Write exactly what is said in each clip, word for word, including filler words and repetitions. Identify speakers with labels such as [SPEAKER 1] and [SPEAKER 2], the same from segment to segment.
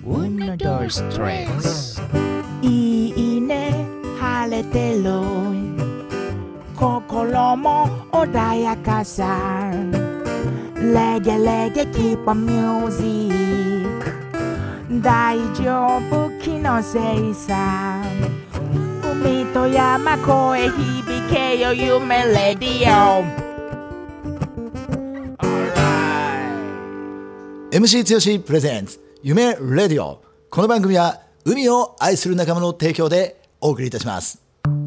[SPEAKER 1] Another Stress いいね晴れてる心も穏やかさレゲレゲ Keep on music 大丈夫気のせいさ海と山声響けよ夢レディオ
[SPEAKER 2] エムシー つよしプレゼンツ夢レディオ。この番組は海を愛する仲間の提供でお送りいたします。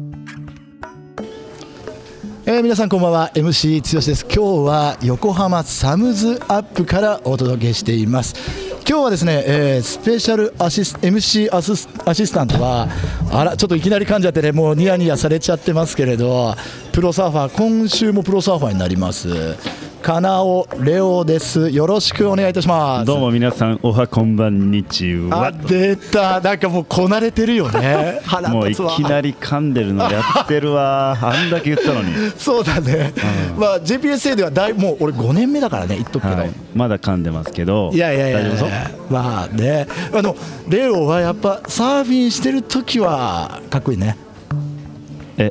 [SPEAKER 2] えー、皆さんこんばんは。 エムシー つよしです。今日は横浜サムズアップからお届けしています。今日はですね、えー、スペシャルアシス エムシー アシス、アシスタントはあらちょっといきなり噛んじゃってね、もうニヤニヤされちゃってますけれど、プロサーファー、今週もプロサーファーになります金尾レオです。よろしくお願いいたします。
[SPEAKER 3] どうも皆さんおはこんばんにちは。
[SPEAKER 2] あ、出た。なんかもうこなれてるよね。腹
[SPEAKER 3] もうい
[SPEAKER 2] 立つわ。
[SPEAKER 3] きなり噛んでるのやってるわ。あんだけ言ったのに。
[SPEAKER 2] そうだね、うん、まあ ジェーピーエスエー ではだいもう俺ごねんめだからね、言っとくけど、はい、
[SPEAKER 3] まだ噛んでますけど。
[SPEAKER 2] いやいやいや、
[SPEAKER 3] 大丈夫そう。
[SPEAKER 2] まあね、あのレオはやっぱサーフィンしてる時はかっこいいね。
[SPEAKER 3] え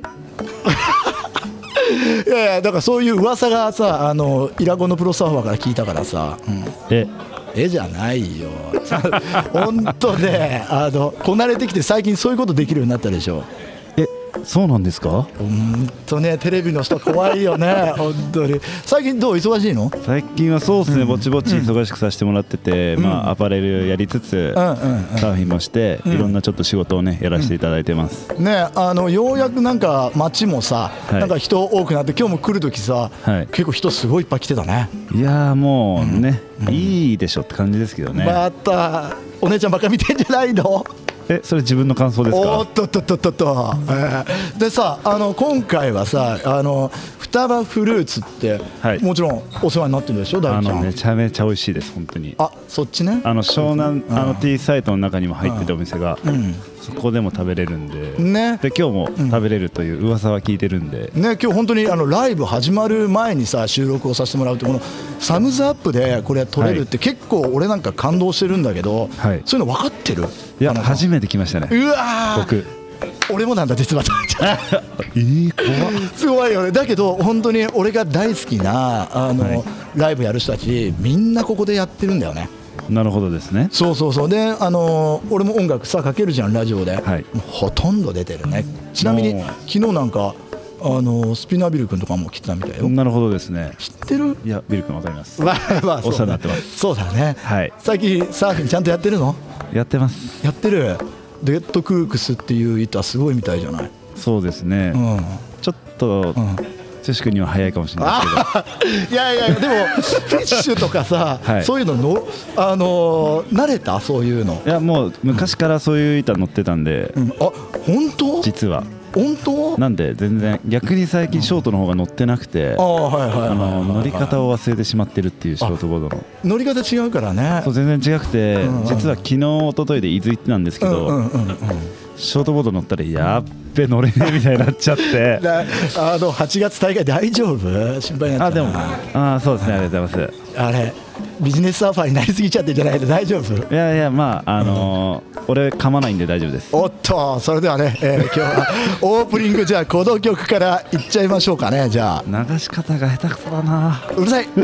[SPEAKER 2] いやいや、だからそういう噂がさ、あのイラゴのプロサーファーから聞いたからさ、うん、
[SPEAKER 3] え
[SPEAKER 2] えじゃないよ本当ね、あのこなれてきて最近そういうことできるようになったでしょ。
[SPEAKER 3] え、そうなんですか。
[SPEAKER 2] 本当ね、テレビの人怖いよね本当に。最近どう、忙しいの？
[SPEAKER 3] 最近はそうですね、うん、ぼちぼち忙しくさせてもらってて、うん、まあアパレルやりつつ、うんうんうん、サーフィンもして、うん、いろんなちょっと仕事をねやらせていただいてます、うん、ね。あのようやくなんか街もさ、はい、なんか人多くなって、今日も来るときさ、はい、結構人すごいいっぱい来てたね。いやーもうね、うん、いいでしょって感じですけどね。
[SPEAKER 2] またお姉ちゃんばっか見てんじゃないの？
[SPEAKER 3] え、それ自分の感想ですか？
[SPEAKER 2] おっとっとっとっとっと、えー、でさ、あの今回はさ、あの双葉フルーツって、はい、もちろんお世話になってるでしょ、大ちゃん。
[SPEAKER 3] あのめちゃめちゃ美味しいです、本当に。
[SPEAKER 2] あ、そっちね。あ
[SPEAKER 3] の湘南、うん、あの T サイトの中にも入ってるお店が、うん、そこでも食べれるんで、ね、で今日も食べれるという噂は聞いてるんで、
[SPEAKER 2] うん、ね、今日本当にあのライブ始まる前にさ収録をさせてもらうと、このサムズアップでこれ撮れるって結構俺なんか感動してるんだけど、はい、そういうの分かってる？
[SPEAKER 3] いや、初めて来ましたね。
[SPEAKER 2] うわ僕俺もなんだ実は
[SPEAKER 3] えー、怖い
[SPEAKER 2] すごいよね。だけど本当に俺が大好きなあの、はい、ライブやる人たちみんなここでやってるんだよね。
[SPEAKER 3] なるほどですね。
[SPEAKER 2] そうそうそう。で、あの俺も音楽さかけるじゃんラジオで、はい、もうほとんど出てるね。ちなみに昨日なんかあのスピナービル君とかも来てたみたいよ。
[SPEAKER 3] なるほどですね。
[SPEAKER 2] 知ってる？
[SPEAKER 3] いや、ビル君わかります。
[SPEAKER 2] まあまあ、
[SPEAKER 3] お世話になってます。
[SPEAKER 2] そうだね、はい、最近サーフィンちゃんとやってるの？
[SPEAKER 3] やってます。
[SPEAKER 2] やってる。レッドクークスっていう板すごいみたいじゃない？
[SPEAKER 3] そうですね、うん、ちょっと、うん剛君には早いかもしれないですけど
[SPEAKER 2] いやいや、でもフィッシュとかさ、はい、そういうのの、あのー、慣れた？そういうの。
[SPEAKER 3] いや、もう昔からそういう板乗ってたんで、うん、あ、
[SPEAKER 2] 本当？
[SPEAKER 3] 実は
[SPEAKER 2] 本当？
[SPEAKER 3] なんで全然逆に最近ショートの方が乗ってなくて、乗り方を忘れてしまってるっていうショートボードの
[SPEAKER 2] 乗り方違うからね。
[SPEAKER 3] そう、全然違くて、うんうん、実は昨日一昨日で伊豆行ってたんですけど、うんうんうんうん、ショートボード乗ったらやっべ乗れねえみたいになっちゃって
[SPEAKER 2] あのはちがつ大会大丈夫？心配になっちゃう。
[SPEAKER 3] あ、でもあそうですね、ありがとうございます。あれ
[SPEAKER 2] ビジネスサーファーになりすぎちゃってんじゃないの？大丈夫？
[SPEAKER 3] いやいや、まああのーうん、俺噛まないんで大丈夫です。
[SPEAKER 2] おっと、それではね、えー、今日はオープニングじゃあこの曲からいっちゃいましょうかね。じゃあ
[SPEAKER 3] 流し方が下手くそだな。
[SPEAKER 2] うるさい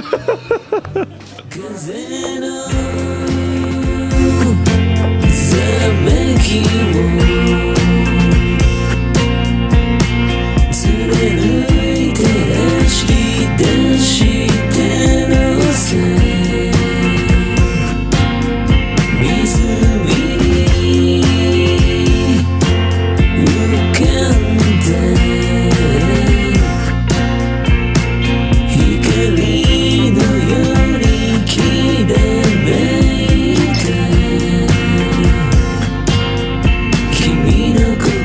[SPEAKER 4] 君の声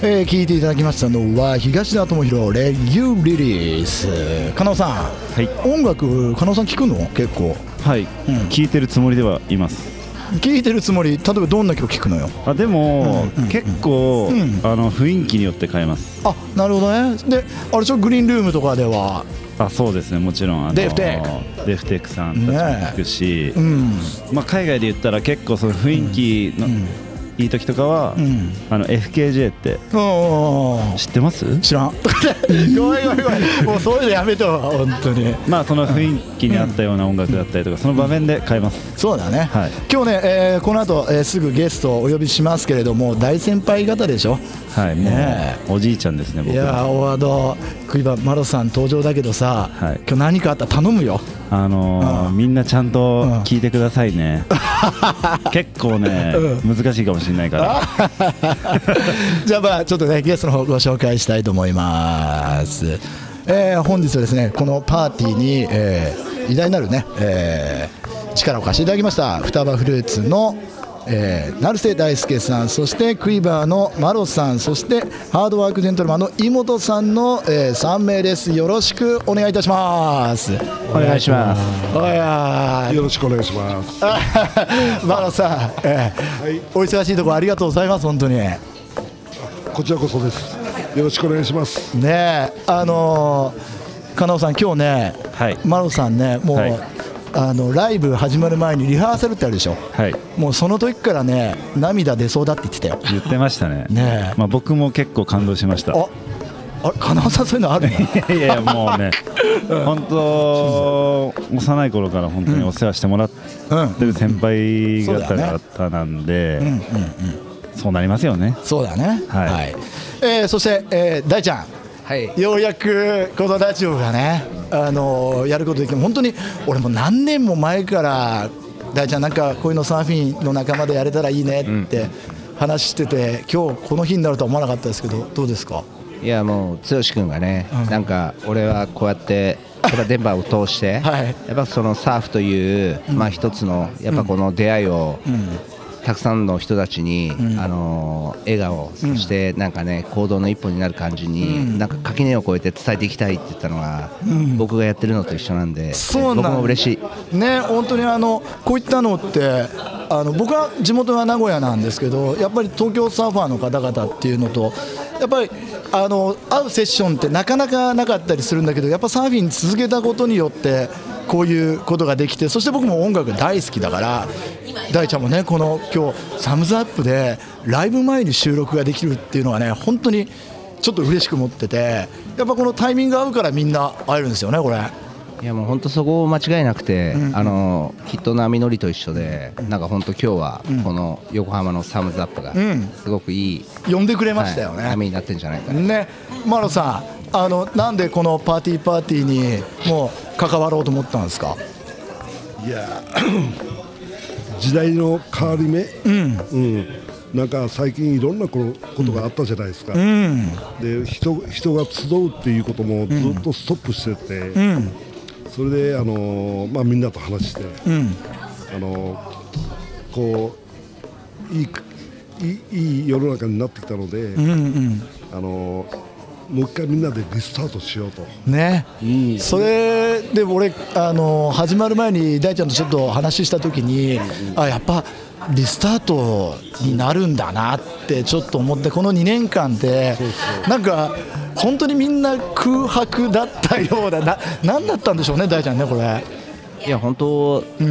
[SPEAKER 2] えー、聞いていただきましたのは東田智弘レギュリリース。加納さん、はい、音楽加納さん聞くの結構？
[SPEAKER 3] はい、うん、聞いてるつもりではいます。
[SPEAKER 2] 聞いてるつもり。例えばどんな曲聞くのよ？
[SPEAKER 3] あでも、うんうんうん、結構、うん、あの雰囲気によって変えます。
[SPEAKER 2] あなるほどね。であれちょグリーンルームとかでは
[SPEAKER 3] あそうですね、もちろんあの
[SPEAKER 2] デフテック
[SPEAKER 3] デフテックさんたちも聞くし、ねうんまあ、海外で言ったら結構その雰囲気の、うんうんいい時とかは、うん、あの エフケージェー って知ってます？
[SPEAKER 2] 知らんごめんごめんごめんもうそういうのやめと本当に。
[SPEAKER 3] まあその雰囲気に合ったような音楽だったりとか、その場面で変えます、
[SPEAKER 2] うん、そうだね、
[SPEAKER 3] はい、
[SPEAKER 2] 今日ね、えー、この後、えー、すぐゲストをお呼びしますけれども、大先輩方でしょ。
[SPEAKER 3] はい、もう、ね、おじいちゃんですね僕は。
[SPEAKER 2] いやーワードクイバマロさん登場だけどさ、はい、今日何かあったら頼むよ。
[SPEAKER 3] あのーうん、みんなちゃんと聞いてくださいね、うん、結構ね、うん、難しいかもしれないから
[SPEAKER 2] じゃあまあちょっとねゲストの方ご紹介したいと思います、えー、本日はですねこのパーティーに、えー、偉大なるね、えー、力を貸していただきました双葉フルーツのえー、成瀬大輔さん、そしてクイバーのマロさん、そしてハードワークジェントルマンの井本さんの、えー、さん名です。よろしくお願いいたします。
[SPEAKER 3] お願いします。
[SPEAKER 4] おやよろしくお願いします。
[SPEAKER 2] マロさん、えーはい、お忙しいところありがとうございます。本当に
[SPEAKER 4] こちらこそです。よろしくお願いします
[SPEAKER 2] ね。あのー、加納さん今日ね、はい、マロさんねもう、はいあのライブ始まる前にリハーサルってあるでしょ、はい、もうその時からね涙出そうだって言ってたよ。
[SPEAKER 3] 言ってましたね。ねまあ、僕も結構感動しました。あ
[SPEAKER 2] あ加納さんそういうのあるの？
[SPEAKER 3] いやいやもうね本当幼い頃から本当にお世話してもらってる先輩方なんでそうなりますよね。
[SPEAKER 2] そうだね、はいはい、えー、そして、えー、大ちゃん、はい、ようやくこのラジオがね、あのー、やることできる。本当に俺も何年も前から大ちゃんなんかこういうのサーフィンの仲間でやれたらいいねって話してて、今日この日になるとは思わなかったですけどどうですか？
[SPEAKER 5] いやもう剛君がね、うん、なんか俺はこうやってこれデンバーを通して、はい、やっぱそのサーフという、うん、まあ一つのやっぱこの出会いを、うんうんたくさんの人たちに、うん、あの笑顔、そしてなんかね行動の一歩になる感じに、うん、なんか垣根を越えて伝えていきたいって言ったのが、うん、僕がやってるのと一緒なんで、そうなん僕も嬉し
[SPEAKER 2] いね。本当にあのこういったのってあの僕は地元が名古屋なんですけど、やっぱり東京サーファーの方々っていうのとやっぱりあの会うセッションってなかなかなかったりするんだけど、やっぱサーフィン続けたことによってこういうことができて、そして僕も音楽大好きだから大ちゃんもねこの今日サムズアップでライブ前に収録ができるっていうのはね本当にちょっと嬉しく思ってて、やっぱこのタイミング合うからみんな会えるんですよねこれ。
[SPEAKER 5] いやもう本当そこ間違いなくて、うん、あのきっと波乗りと一緒で、なんか本当今日はこの横浜のサムズアップがすごくいい、
[SPEAKER 2] うん、呼んでくれましたよね、
[SPEAKER 5] はい、波になってるんじゃないかな
[SPEAKER 2] ね。マロさんあのなんでこのパーティーパーティーにもう関わろうと思ったんですか？
[SPEAKER 4] いや時代の変わり目、うんうん、なんか最近いろんなことがあったじゃないですか、うん、で 人, 人が集うっていうこともずっとストップしてて、うん、それで、あのーまあ、みんなと話して、うんあのー、こういいいいいい世の中になってきたので、うんうんあのーもう一回みんなでリスタートしようと
[SPEAKER 2] ね、うん、それで俺あの始まる前に大ちゃんとちょっと話した時に、うん、あやっぱリスタートになるんだなってちょっと思って、このにねんかんでなんか本当にみんな空白だったような、な何だったんでしょうね大ちゃんねこれ。
[SPEAKER 5] いや本当、うん、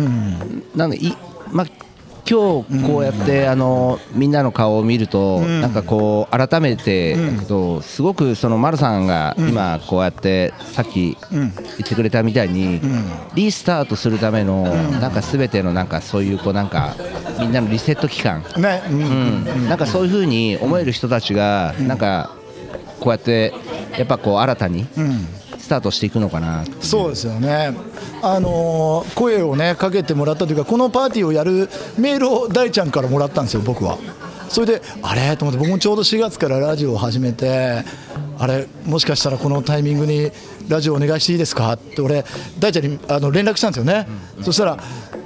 [SPEAKER 5] なんでいま今日こうやってあのみんなの顔を見るとなんかこう改めてだけどすごくその丸さんが今こうやってさっき言ってくれたみたいにリスタートするためのなんか全てのなんかそういうこうなんかみんなのリセット期間なんかそういう風に思える人たちがなんかこうやってやっぱこう新たにスタートしていくのかな。
[SPEAKER 2] そうですよね。あのー、声をねかけてもらったというか、このパーティーをやるメールを大ちゃんからもらったんですよ僕は。それであれと思って、僕もちょうどしがつからラジオを始めて、あれもしかしたらこのタイミングにラジオお願いしていいですかって俺大ちゃんにあの連絡したんですよね、うん、そしたら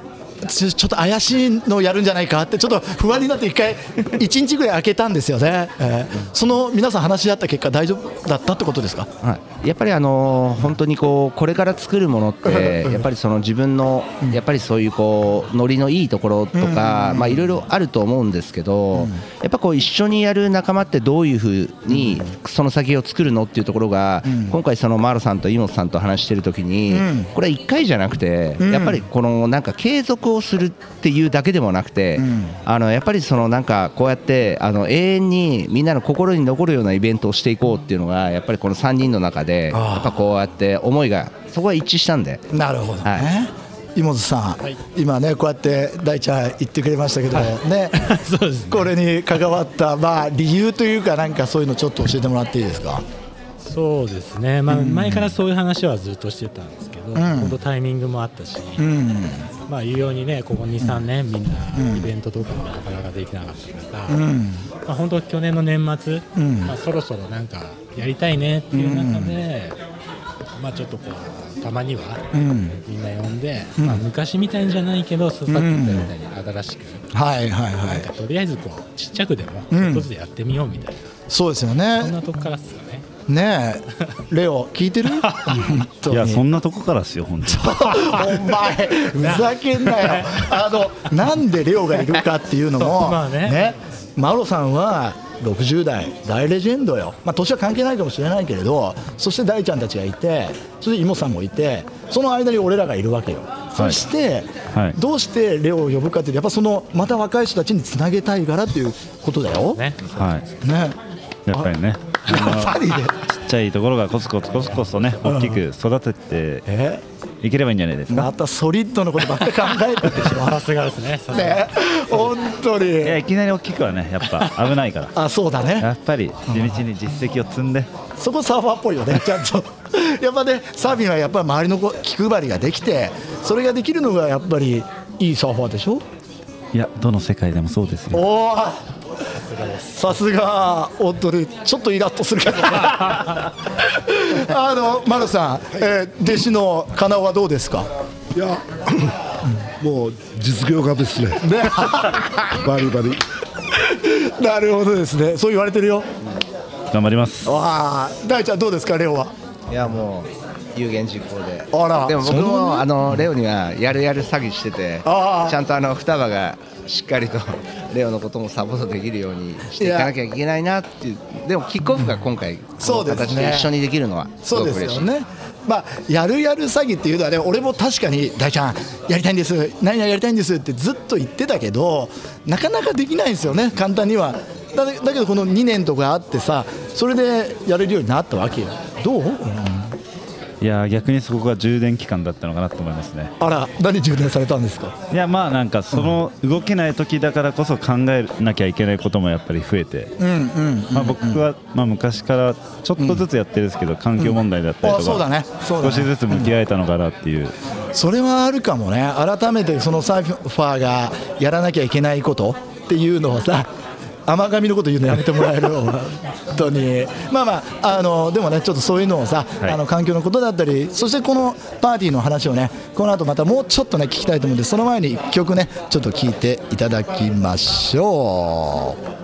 [SPEAKER 2] ちょっと怪しいのをやるんじゃないかってちょっと不安になって一回いちにちぐらい空けたんですよね、えー、その皆さん話し合った結果大丈夫だったってことですか？
[SPEAKER 5] はい、やっぱりあの本当にこうこれから作るものってやっぱりその自分のやっぱりそういうこうノリのいいところとかまあいろいろあると思うんですけど、やっぱこう一緒にやる仲間ってどういうふうにその先を作るのっていうところが今回そのマーロさんと井本さんと話してる時にこれはいっかいじゃなくてやっぱりこのなんか継続をするっていうだけでもなくてあのやっぱりそのなんかこうやってあの永遠にみんなの心に残るようなイベントをしていこうっていうのがやっぱりこのさんにんの中でやっぱこうやって思いがそこは一致したんで。
[SPEAKER 2] なるほどね、はい、井本さん、はい、今ねこうやって大ちゃん言ってくれましたけど、はい、ねそうですね、これに関わったまあ理由というかなんかそういうのちょっと教えてもらっていいですか？
[SPEAKER 6] そうですね、まあ、前からそういう話はずっとしてたんですけど、うん、本当タイミングもあったし、うん、まあ言うようにねここに、さんねんみんなイベントとかもなかなかできなかったから、うんまあ、本当去年の年末、うんまあ、そろそろなんかやりたいねっていう中で、うんまあ、ちょっとこうたまにはみんな呼んで、うんまあ、昔みたいじゃないけどさっき言ったみたいに新しく、はいはいはい、なんかとりあえずこうちっちゃくでも一つでやってみようみたいな、うん、
[SPEAKER 2] そうですよね。
[SPEAKER 6] そんなとこからっすよね。
[SPEAKER 2] ねえレオ聞いてる？
[SPEAKER 3] いやそんなとこからっすよ本当
[SPEAKER 2] お前ふざけんなよあのなんでレオがいるかっていうのもまあね、ねマロさんはろくじゅう代大レジェンドよ、まあ、年は関係ないかもしれないけれどそして大ちゃんたちがいてそして妹さんもいてその間に俺らがいるわけよ、はい、そして、はい、どうしてレオを呼ぶかっていうとやっぱそのまた若い人たちにつなげたいからっていうことだよ、ね
[SPEAKER 3] はいね、やっぱりね
[SPEAKER 2] やっぱりね
[SPEAKER 3] ちっちゃいところがコツコツコツコツとね大きく育てていければいいんじゃないですか。
[SPEAKER 2] またソリッドのことばっかり考えてるでしょ
[SPEAKER 6] さすがですね
[SPEAKER 2] ね本当にい
[SPEAKER 3] やいきなり大きくはねやっぱ危ないから
[SPEAKER 2] あそうだね
[SPEAKER 3] やっぱり地道に実績を積んで
[SPEAKER 2] そこサーファーっぽいよねちゃんとやっぱねサーフィンはやっぱり周りの気配りができてそれができるのがやっぱりいいサーファーでしょ。
[SPEAKER 3] いやどの世界でもそうですよ。
[SPEAKER 2] おーさすが本当にちょっとイラッとするけどあのマルさん、はいえー、弟子のカナオはどうですか？
[SPEAKER 4] いやもう実業家ですねねバリバリ
[SPEAKER 2] なるほどですねそう言われてるよ。
[SPEAKER 3] 頑張ります。
[SPEAKER 2] わあ大ちゃんどうですかレオは？
[SPEAKER 5] いやもう有言実行で
[SPEAKER 2] あら
[SPEAKER 5] でも僕もあのレオにはやるやる詐欺しててちゃんとあの双葉がしっかりとレオのこともサポートできるようにしていかなきゃいけないなっていうでもキックオフが今回この形で一緒にできるのはすごく嬉しい。そうですよね。
[SPEAKER 2] まあ、やるやる詐欺っていうのはね俺も確かに大ちゃんやりたいんです何々やりたいんですってずっと言ってたけどなかなかできないんですよね簡単には。だ, だけどこのにねんとかあってさそれでやれるようになったわけよ。どう？うん
[SPEAKER 3] いや逆にそこが充電期間だったのかなと思いますね。
[SPEAKER 2] あら何充電されたんですか？
[SPEAKER 3] いやまあなんかその動けない時だからこそ考えなきゃいけないこともやっぱり増えて僕はまあ昔からちょっとずつやってるんですけど環境問題だったりとか少しずつ向き合えたのかなっていう
[SPEAKER 2] それはあるかもね。改めてそのサーファーがやらなきゃいけないことっていうのをさ甘噛みのこと言うのやめてもらえる本当にまあまああのでもねちょっとそういうのをさ、はい、あの環境のことだったりそしてこのパーティーの話をねこの後またもうちょっとね聞きたいと思うんでその前にいっきょくねちょっと聞いていただきましょう。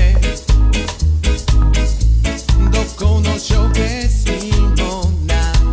[SPEAKER 7] ショーケースにもな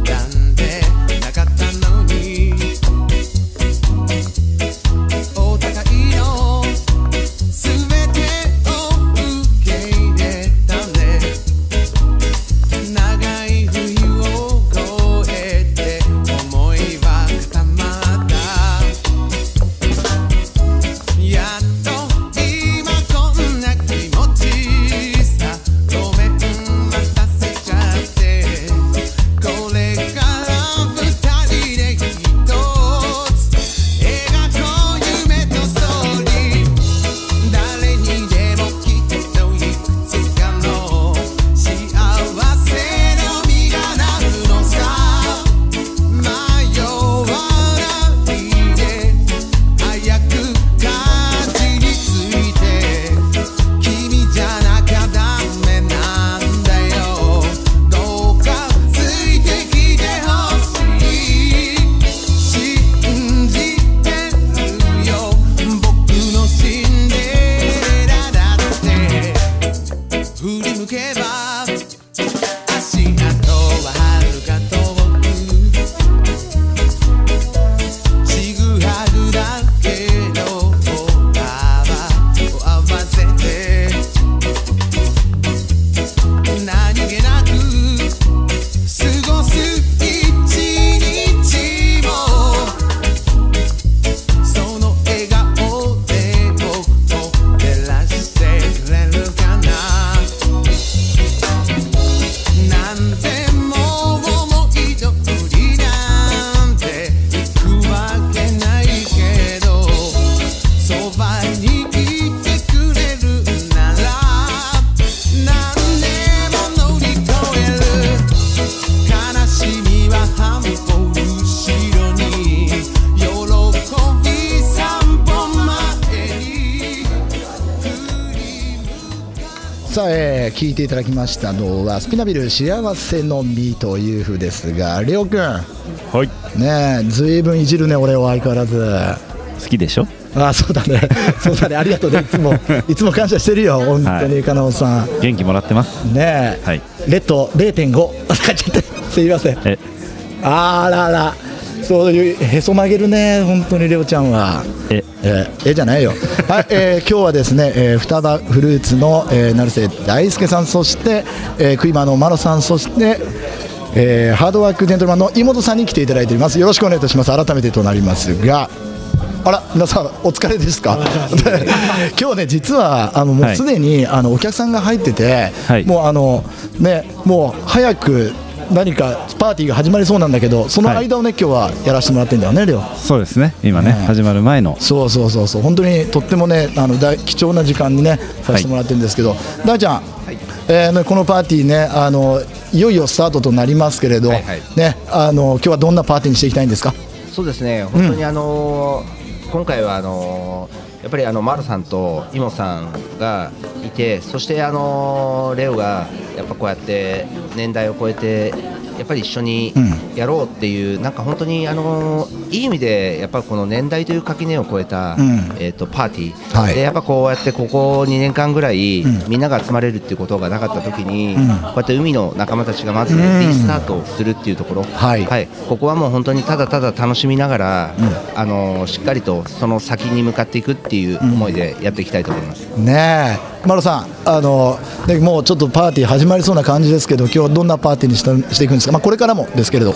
[SPEAKER 2] さあ、えー、聞いていただきましたのはスピナビル幸せの実というふうですが、レオ君、
[SPEAKER 3] はい
[SPEAKER 2] ねえ、ずいぶんいじるね俺を相変わらず。
[SPEAKER 3] 好きでしょ。
[SPEAKER 2] ああ、そうだねそうだね、ありがとうね、いつもいつも感謝してるよ本当に、はい、金尾さん
[SPEAKER 3] 元気もらってます
[SPEAKER 2] ねえ、
[SPEAKER 3] はい、
[SPEAKER 2] レッド れいてんご 使っちゃってすいません。
[SPEAKER 3] え
[SPEAKER 2] あらら、そういうへそ曲げるね本当にレオちゃんは。
[SPEAKER 3] え
[SPEAKER 2] ええじゃないよはい、えー、今日はですね、えー、双葉フルーツの、えー、成瀬大輔さん、そして、えー、クイマのマロさん、そして、えー、ハードワークジェントルマンの妹さんに来ていただいております。よろしくお願いいたします。改めてとなりますが、あら皆さんお疲れですか今日ね、実はあのもうすでに、はい、あのお客さんが入ってて、はい、もうあのね、もう早く何かパーティーが始まりそうなんだけど、その間をね、はい、今日はやらせてもらってんだよね、レオ。
[SPEAKER 3] そうですね、今ね、ね始まる前の。
[SPEAKER 2] そうそうそうそう、本当にとってもね、あの大貴重な時間にねさせてもらってるんですけど、はい、大ちゃん、はい、えー、このパーティーね、あのいよいよスタートとなりますけれど、はいはい、ね、あの今日はどんなパーティーにしていきたいんですか。
[SPEAKER 5] そうですね、本当にあのーうん今回はあのー、やっぱりあのマルさんとイモさんがいて、そしてあのー、レオがやっぱこうやって年代を超えてやっぱり一緒にやろうっていう、うん、なんか本当にあのー、いい意味でやっぱこの年代という垣根を越えた、うん、えーとパーティー、はい、でやっぱこうやってここにねんかんぐらい、うん、みんなが集まれるっていうことがなかった時に、うん、こうやって海の仲間たちがまず、ね、リスタートするっていうところ、はいはい、ここはもう本当にただただ楽しみながら、うん、あのー、しっかりとその先に向かっていくっていう思いでやっていきたいと思います、
[SPEAKER 2] うん、ねえ、マロさん、あのー、もうちょっとパーティー始まりそうな感じですけど、今日はどんなパーティーに し, していくんですか。まあ、これからもですけれど。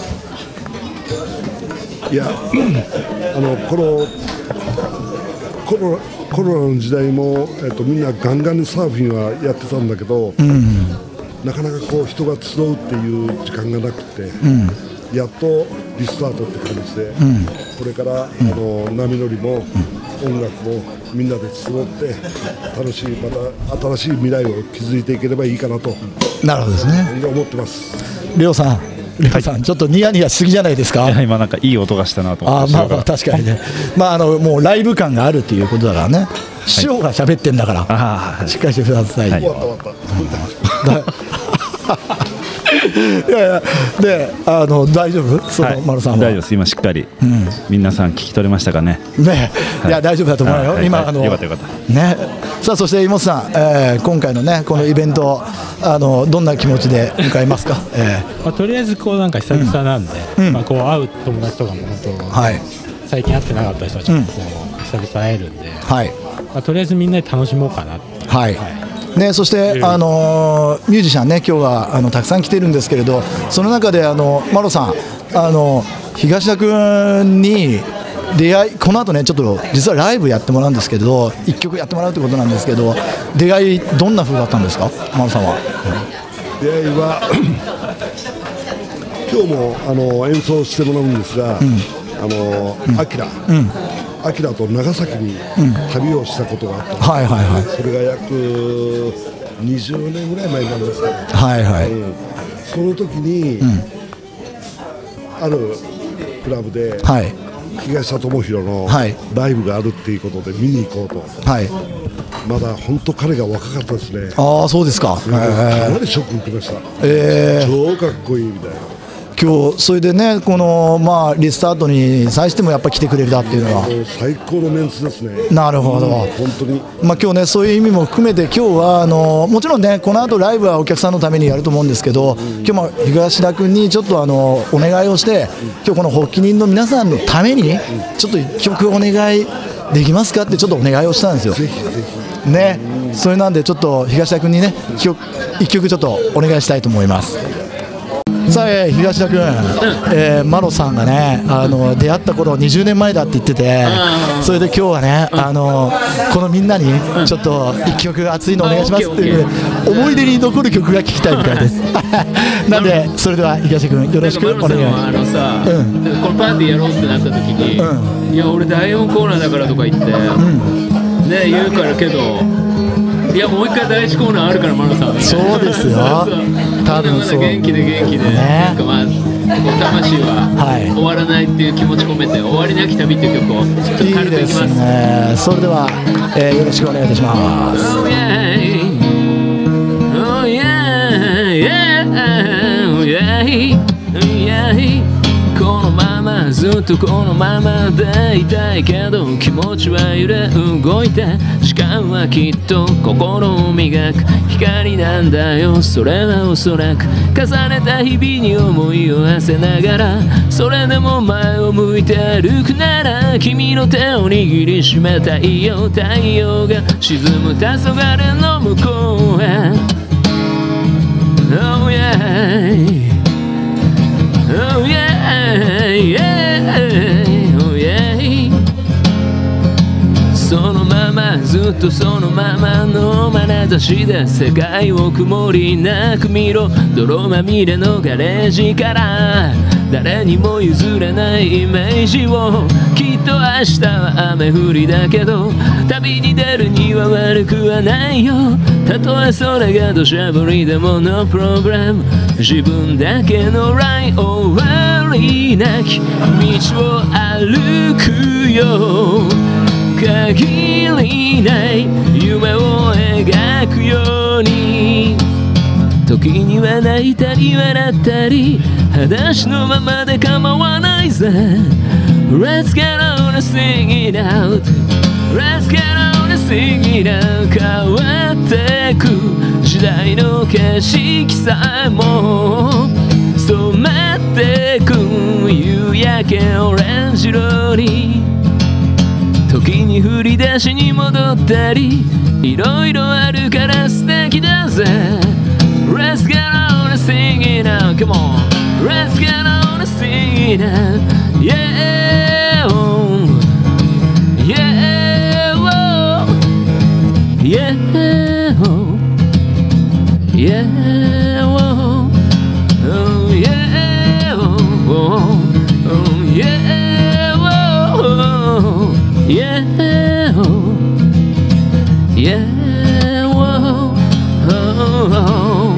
[SPEAKER 4] いや、あのこのコロコロナの時代も、えっと、みんなガンガンにサーフィンはやってたんだけど、うん、なかなかこう人が集うっていう時間がなくて、うん、やっとリスタートって感じで、うん、これから、うん、あの波乗りも、うん、音楽もみんなで集って楽しい、また新しい未来を築いていければいいかなと。
[SPEAKER 2] なるほどですね、
[SPEAKER 4] 思ってます。
[SPEAKER 2] レオさん、レオさん、はい、ちょっとニヤニヤしすぎじゃないですか。
[SPEAKER 3] いや、今なんかいい音がしたなと思って。
[SPEAKER 2] あ、まあ、まあ確かにねまああのもうライブ感があるということだからね、師匠が喋ってんだから、はい、しっかりしてください。終わった終わったいやいや、で、あの大丈夫、その、はい、丸さんは。
[SPEAKER 3] 大丈夫です、今しっかり、うん、皆さん聞き取れましたかね。
[SPEAKER 2] ね、はい、いや大丈夫だと思うよ、
[SPEAKER 3] はい、
[SPEAKER 2] 今、
[SPEAKER 3] はい、
[SPEAKER 2] あの
[SPEAKER 3] よかったよかった。
[SPEAKER 2] ね、さあそして妹さん、えー、今回のねこのイベント、あのどんな気持ちで迎えますか。えー
[SPEAKER 6] まあ、とりあえずこうなんか久々なんで、うん、まあこう会う友達とかも本当、はい、最近会ってなかった人たちもこう久々会えるんで、はい、まあ、とりあえずみんなで楽しもうかなって。はい、はい、
[SPEAKER 2] ね、そして、あのー、ミュージシャンね、今日はあのたくさん来てるんですけれど、その中であのマロさん、あの東田君に出会い、この後ねちょっと実はライブやってもらうんですけど、いっきょくやってもらうということなんですけど、出会いどんな風だったんですか、マロさんは。
[SPEAKER 4] 出会いは今日もあの演奏してもらうんですが、うん、あのアキラ、うんアキラと長崎に旅をしたことがあった、うん、はいはいはい、それが約にじゅうねんぐらい前なんですけど、はいはい、うん、その時に、うん、あるクラブで、はい、東田智弘のライブがあるっていうことで見に行こうと、はい、まだ本当彼が若かったですね。
[SPEAKER 2] ああそうですか、
[SPEAKER 4] かなりショック受けました、えー、超かっこいいみたいな。
[SPEAKER 2] 今日それでね、このまあリスタートに際してもやっぱり来てくれたっていうのは
[SPEAKER 4] 最高のメンツですね。
[SPEAKER 2] なるほど、うん、
[SPEAKER 4] 本当に、
[SPEAKER 2] まあ今日ねそういう意味も含めて、今日はあのもちろんねこの後ライブはお客さんのためにやると思うんですけど、うん、今日も東田君にちょっとあのお願いをして、うん、今日この発起人の皆さんのためにちょっと一曲お願いできますかってちょっとお願いをしたんですよ。ぜひぜひね、うん、それなんでちょっと東田君にね一曲ちょっとお願いしたいと思います。さあ、えー、東田君、うん、えー、マロさんがねあの出会った頃にじゅうねんまえだって言ってて、それで今日はね、あのこのみんなにちょっと一曲熱いのお願いしますっていう思い出に残る曲が聴きたいみたいですなんでそれでは東田君よろしくお願いします。
[SPEAKER 7] あのさ、うん、このパーティーやろうってなった時に、うん、いや俺だいよんコーナーだからとか言って、うん、ね言うからけど、いやもう一回第一コーナーあるから、マロさん。
[SPEAKER 2] そうですよ。
[SPEAKER 7] 多分そう。まだ元気で元気で、ね、なんかまあ魂は終わらないっていう気持ち込めて、終わりなき旅っていう曲をちょっと軽くいきます。いいですね。
[SPEAKER 2] それでは、えー、よろしくお願いいたします。Oh, yeah.
[SPEAKER 7] このままずっとこのままでいたいけど気持ちは揺れ動いて時間はきっと心を磨く光なんだよそれはおそらく重ねた日々に思いを馳せながらそれでも前を向いて歩くなら君の手を握りしめたいよ太陽が沈む黄昏の向こうへ Oh yeah Oh yeah, yeah, oh yeah そのままずっとそのままの眼差しで世界を曇りなく見ろ泥まみれのガレージから誰にも譲れないイメージをきっと明日は雨降りだけど旅に出るには悪くはないよたとえそれが土砂降りでも No problem 自分だけのライン終わりなき道を歩くよ限りない夢を描くように時には泣いたり笑ったり裸足のままで構わないぜ Let's get on and sing it out Let's get on and sing it out 変わってく時代の景色さえも染まってく夕焼けオレンジ色に時に振り出しに戻ったりいろいろあるから素敵だぜ Let's get on and sing it out Come on Let's get on and sing it out Yeah oh, Yeah oh, Yeah oh, Yeah oh, oh Yeah oh, oh Yeah oh, Yeah oh, Yeah oh, oh, oh.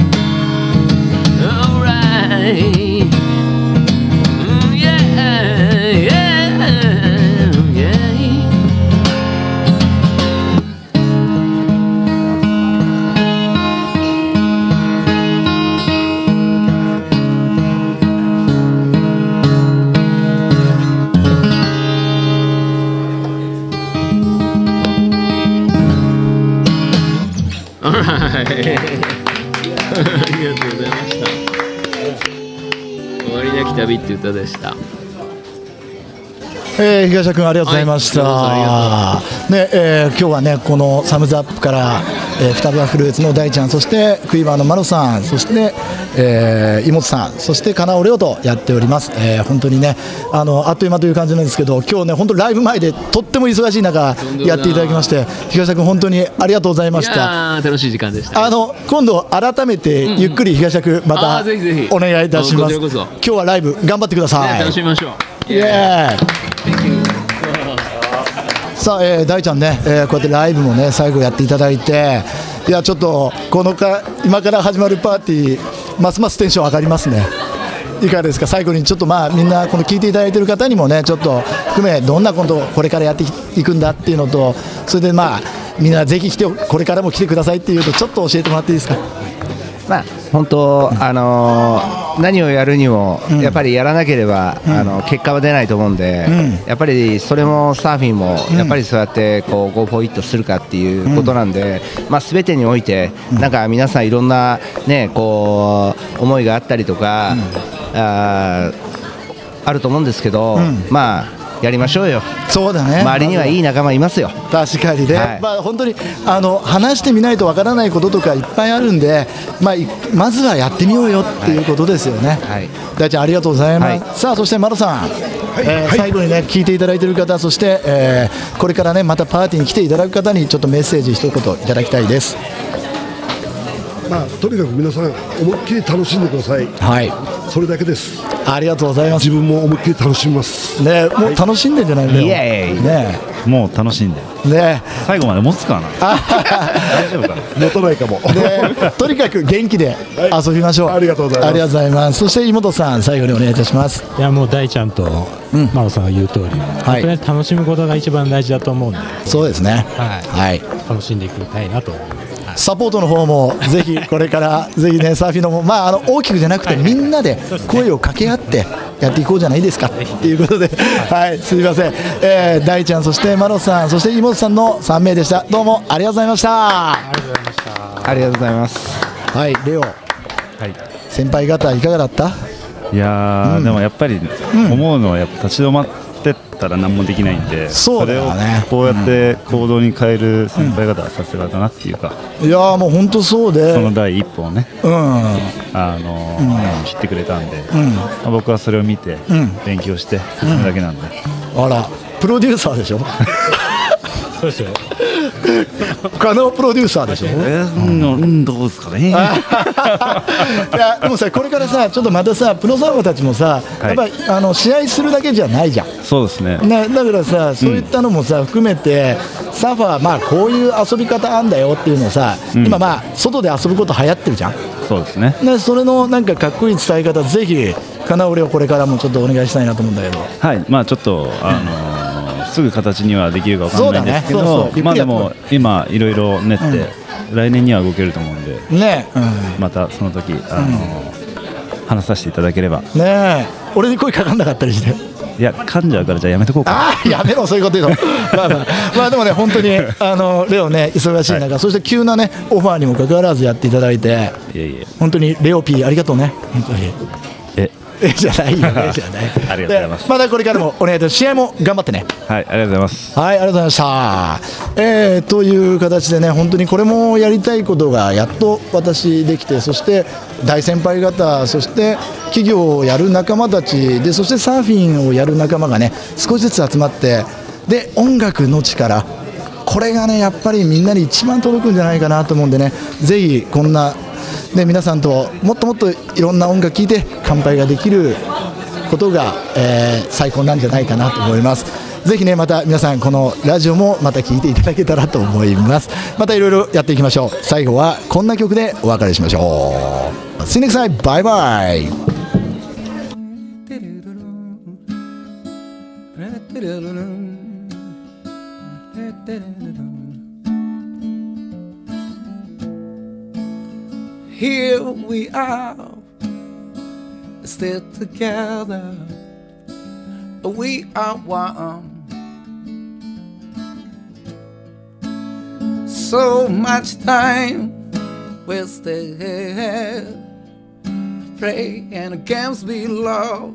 [SPEAKER 7] Alright mm, Yeah, yeah, yeah Alright ありがとうございました終わりなき旅って歌でした。
[SPEAKER 2] えー、東田君ありがとうございました。はい、ねえー、今日はねこのサムズアップから、えー、双葉フルーツの大ちゃん、そしてクイーバーのマロさん、そして、えー、妹さん、そしてカナオレオとやっております。えー、本当にねあのあっという間という感じなんですけど、今日ね本当ライブ前でとっても忙しい中やっていただきまして、東田君本当にありがとうございました。
[SPEAKER 7] いや楽しい時間でした。
[SPEAKER 2] あの今度改めてゆっくり東田君またお願いいたします。今日はライブ頑張ってください。
[SPEAKER 7] ね、楽しみましょう。
[SPEAKER 2] イエーイ。さあ、えー、大ちゃんね、えー、こうやってライブもね最後やっていただいて、いやちょっとこのか今から始まるパーティーますますテンション上がりますね。いかがですか。最後にちょっとまあみんなこの聞いていただいている方にもねちょっと含めどんなことをこれからやっていくんだっていうのと、それでまあみんなぜひ来てこれからも来てくださいっていうとちょっと教えてもらっていいですか。
[SPEAKER 5] まあ、本当、あのー、何をやるにもやっぱりやらなければ、うん、あの結果は出ないと思うんで、うん、やっぱりそれもサーフィンもやっぱりそうやってこうゴーフォーイットするかっていうことなんで、うんまあ、全てにおいてなんか皆さんいろんな、ね、こう思いがあったりとか、うん、あ, あると思うんですけど、うん、まあやりましょうよ。
[SPEAKER 2] そうだね。
[SPEAKER 5] 周りにはいい仲間いますよ。
[SPEAKER 2] 確かにね。はい、まあ本当にあの話してみないとわからないこととかいっぱいあるんで、まあまずはやってみようよっていうことですよね。はい。大ちゃんありがとうございます。はい、さあそしてマロさん、はいえーはい、最後にね聞いていただいている方、そして、えー、これからねまたパーティーに来ていただく方にちょっとメッセージ一言いただきたいです。
[SPEAKER 4] まあ、とにかく皆さん思いっきり楽しんでください。はい、それだけです。
[SPEAKER 2] ありがとうございます。
[SPEAKER 4] 自分も思いっきり楽しみます
[SPEAKER 2] ね。もう楽しんでんじゃないのよ、
[SPEAKER 5] はい、
[SPEAKER 2] ね
[SPEAKER 3] もう楽しんで
[SPEAKER 2] ね
[SPEAKER 3] 最後まで持つかな大丈夫かな
[SPEAKER 4] 持たないかも、
[SPEAKER 2] ね、とにかく元気で遊びましょう、はい、
[SPEAKER 4] ありがとうございます。
[SPEAKER 2] ありがとうございます。そして妹さん最後にお願いいたします。
[SPEAKER 6] いやもう大ちゃんとマロさんが言う通り、うんはい、とりあえず楽しむことが一番大事だと思うんで、
[SPEAKER 2] そうですね、
[SPEAKER 6] はいはい、楽しんでいきたいなと思います。
[SPEAKER 2] サポートの方もぜひこれからぜひねサーフィンの方、まあ、あの大きくじゃなくてみんなで声を掛け合ってやっていこうじゃないですかということで、はい、すみません、えー、大ちゃん、そしてマロさん、そして妹さんのさんめいでした。どうもありがとうございました。
[SPEAKER 6] ありがとうございました。
[SPEAKER 5] ありがとうございます。
[SPEAKER 2] はい、レオ、はい、先輩方いかがだった？
[SPEAKER 3] いやー、うん、でもやっぱり思うのはやっぱ立ち止まってたら何もできないんで、
[SPEAKER 2] そうだよね、
[SPEAKER 3] それをこうやって行動に変える先輩方はさすがだなっていうか、
[SPEAKER 2] うん、いやーもう本当そうで、
[SPEAKER 3] その第一歩をね、うん、あのーうん、知ってくれたんで、うん、まあ、僕はそれを見て勉強して進むだけなんで、
[SPEAKER 2] うん、あらプロデューサーでしょ
[SPEAKER 6] そうですよ
[SPEAKER 2] 加納プロデューサーでしょ、
[SPEAKER 3] えー、うん、どうですかねい
[SPEAKER 2] やでもさ、これからさちょっとまたさプロサーファーたちもさ、はい、やっぱりあの試合するだけじゃないじゃん。
[SPEAKER 3] そうですね。
[SPEAKER 2] ね、だからさそういったのもさ、うん、含めてサーファー、まあこういう遊び方あんだよっていうのをさ、うん、今まあ外で遊ぶこと流行ってるじゃん。
[SPEAKER 3] そうですね。
[SPEAKER 2] ね、それのなんかかっこいい伝え方、ぜひカナオレをこれからもちょっとお願いしたいなと思うんだけど。
[SPEAKER 3] はい、まあちょっとあのーすぐ形にはできるかわかんないんですけど、そうだね、そうそう、まあでも今いろいろ練って、うん、来年には動けると思うんで、
[SPEAKER 2] ね、うん、
[SPEAKER 3] またその時あの、うん、話させていただければ。
[SPEAKER 2] ねえ、俺に声かかんなかったりして。
[SPEAKER 3] いや、噛んじゃうからじゃあやめとこうか。
[SPEAKER 2] あ、やめろ、そういうこと言うの。まあまあ、まあでもね、本当にあのレオね、忙しい中、はい、そして急なねオファーにもかかわらずやっていただいて、いえいえ、本当にレオ P ありがとうね、本当に。ええじゃないよねじゃない
[SPEAKER 3] ありがとうございます。
[SPEAKER 2] またこれからもお願いします。試合も頑張ってね。
[SPEAKER 3] はい、ありがとうございます。
[SPEAKER 2] はい、ありがとうございました。えー、という形でね、本当にこれもやりたいことがやっと私できて、そして大先輩方、そして企業をやる仲間たちで、そしてサーフィンをやる仲間がね少しずつ集まって、で音楽の力、これがねやっぱりみんなに一番届くんじゃないかなと思うんでね、ぜひこんなで皆さんともっともっといろんな音楽聴いて乾杯ができることが、えー、最高なんじゃないかなと思います。ぜひねまた皆さんこのラジオもまた聴いていただけたらと思います。またいろいろやっていきましょう。最後はこんな曲でお別れしましょう。See you next time. Bye bye.
[SPEAKER 8] Here we are, still together. We are one. So much time wasted, pray and games we love.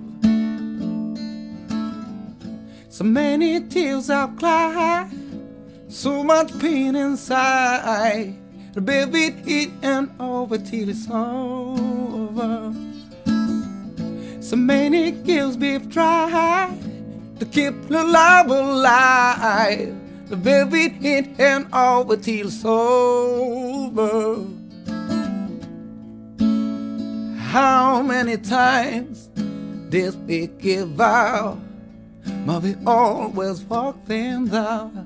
[SPEAKER 8] So many tears I've cried, so much pain inside. Baby, it ain't over till it's over. So many kills we've tried to keep the love alive. Baby, it ain't over till it's over. How many times did we give out? But we always walk them down.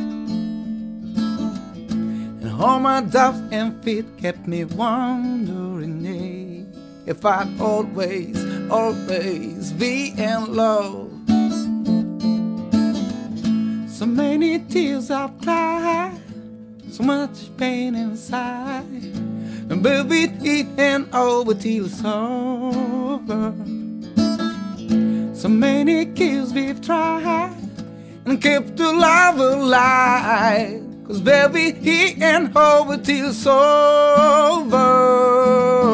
[SPEAKER 8] All my doubts and feet kept me wondering eh, if I'd always, always be in love. So many tears I've cried, so much pain inside. And baby, it ain't over till it's over. So many kills we've tried and kept the love alive. 'Cause baby, he ain't over till it's over.